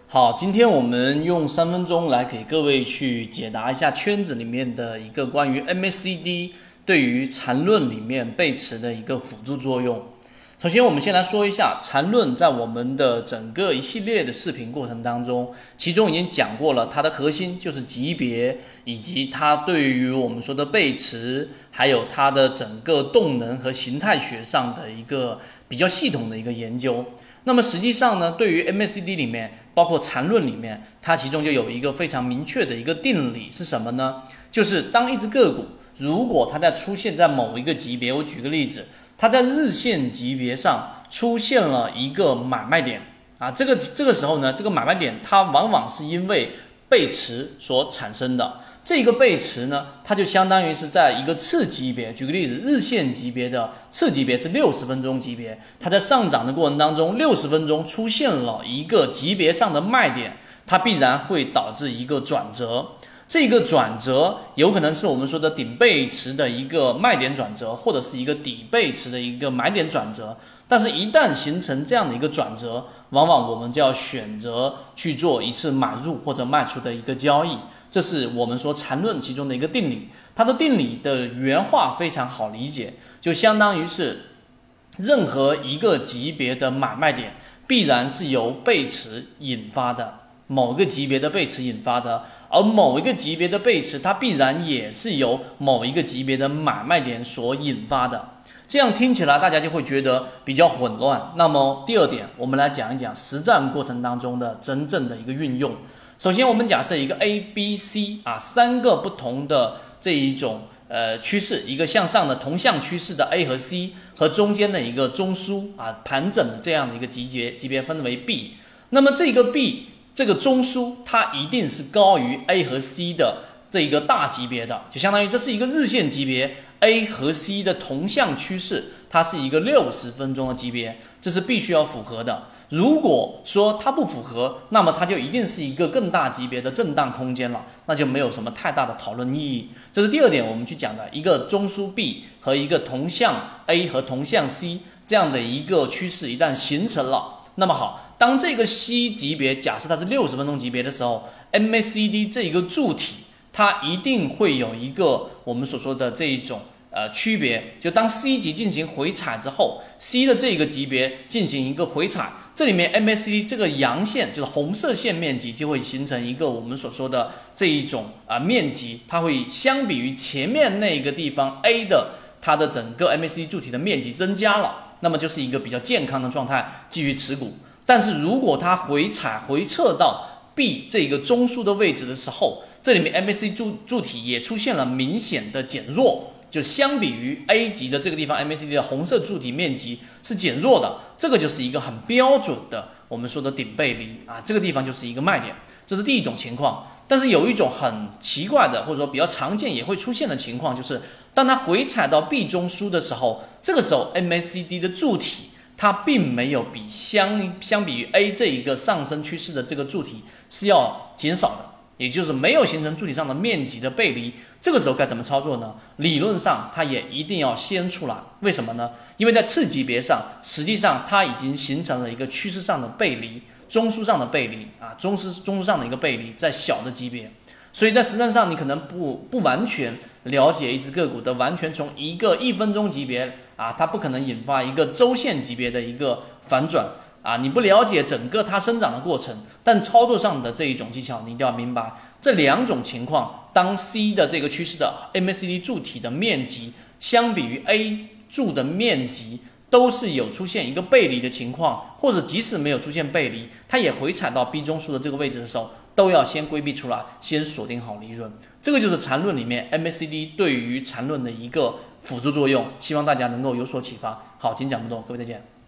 好，今天我们用3分钟来给各位去解答一下圈子里面的一个关于 MACD 对于缠论里面背驰的一个辅助作用。首先，我们先来说一下缠论在我们的整个一系列的视频过程当中，其中已经讲过了，它的核心就是级别，以及它对于我们说的背驰，还有它的整个动能和形态学上的一个比较系统的一个研究。那么实际上呢，对于 MACD 里面，包括缠论里面，它其中就有一个非常明确的一个定理是什么呢？就是当一只个股如果它在出现在某一个级别，我举个例子，它在日线级别上出现了一个买卖点啊，这个时候呢，这个买卖点它往往是因为背驰所产生的。这个背驰呢，它就相当于是在一个次级别，举个例子，日线级别的次级别是60分钟级别，它在上涨的过程当中，60分钟出现了一个级别上的卖点，它必然会导致一个转折。这个转折有可能是我们说的顶背驰的一个卖点转折，或者是一个底背驰的一个买点转折。但是一旦形成这样的一个转折，往往我们就要选择去做一次买入或者卖出的一个交易。这是我们说缠论其中的一个定理，它的定理的原话非常好理解，就相当于是任何一个级别的买卖点必然是由背驰引发的，某个级别的背驰引发的，而某一个级别的背驰它必然也是由某一个级别的买卖点所引发的。这样听起来大家就会觉得比较混乱。那么第二点，我们来讲一讲实战过程当中的真正的一个运用。首先我们假设一个 A、B、C 三个不同的这一种趋势，一个向上的同向趋势的 A 和 C 和中间的一个中枢盘整的这样的一个级别分为 B。那么这个 B 这个中枢它一定是高于 A 和 C 的这一个大级别的，就相当于这是一个日线级别 A 和 C 的同向趋势，它是一个60分钟的级别，这是必须要符合的。如果说它不符合，那么它就一定是一个更大级别的震荡空间了，那就没有什么太大的讨论意义。这是第二点我们去讲的，一个中枢 B 和一个同向 A 和同向 C 这样的一个趋势一旦形成了，那么好，当这个 C 级别假设它是60分钟级别的时候， MACD 这一个柱体它一定会有一个我们所说的这一种区别，就当 C 级进行回踩之后， C 的这个级别进行一个回踩，这里面 MACD 这个阳线就是红色线面积就会形成一个我们所说的这一种面积，它会相比于前面那个地方 A 的它的整个 MACD 柱体的面积增加了，那么就是一个比较健康的状态，继续持股。但是如果它回撤到 B 这个中枢的位置的时候，这里面 MACD 柱体也出现了明显的减弱，就相比于 A 级的这个地方 MACD 的红色柱体面积是减弱的，这个就是一个很标准的我们说的顶背离这个地方就是一个卖点，这是第一种情况。但是有一种很奇怪的或者说比较常见也会出现的情况，就是当它回踩到 B 中枢的时候，这个时候 MACD 的柱体它并没有比相比于 A 这一个上升趋势的这个柱体是要减少的，也就是没有形成柱体上的面积的背离。这个时候该怎么操作呢？理论上它也一定要先出来，为什么呢？因为在次级别上实际上它已经形成了一个趋势上的背离，中枢上的背离中枢上的一个背离在小的级别，所以在实战上你可能不完全了解一只个股的完全从一个1分钟级别它不可能引发一个周线级别的一个反转你不了解整个它生长的过程，但操作上的这一种技巧你一定要明白。这两种情况，当 C 的这个趋势的 MACD 柱体的面积相比于 A 柱的面积都是有出现一个背离的情况，或者即使没有出现背离，它也回踩到 B 中枢的这个位置的时候，都要先规避出来，先锁定好利润。这个就是缠论里面 MACD 对于缠论的一个辅助作用，希望大家能够有所启发。好，今天讲这么多，各位再见。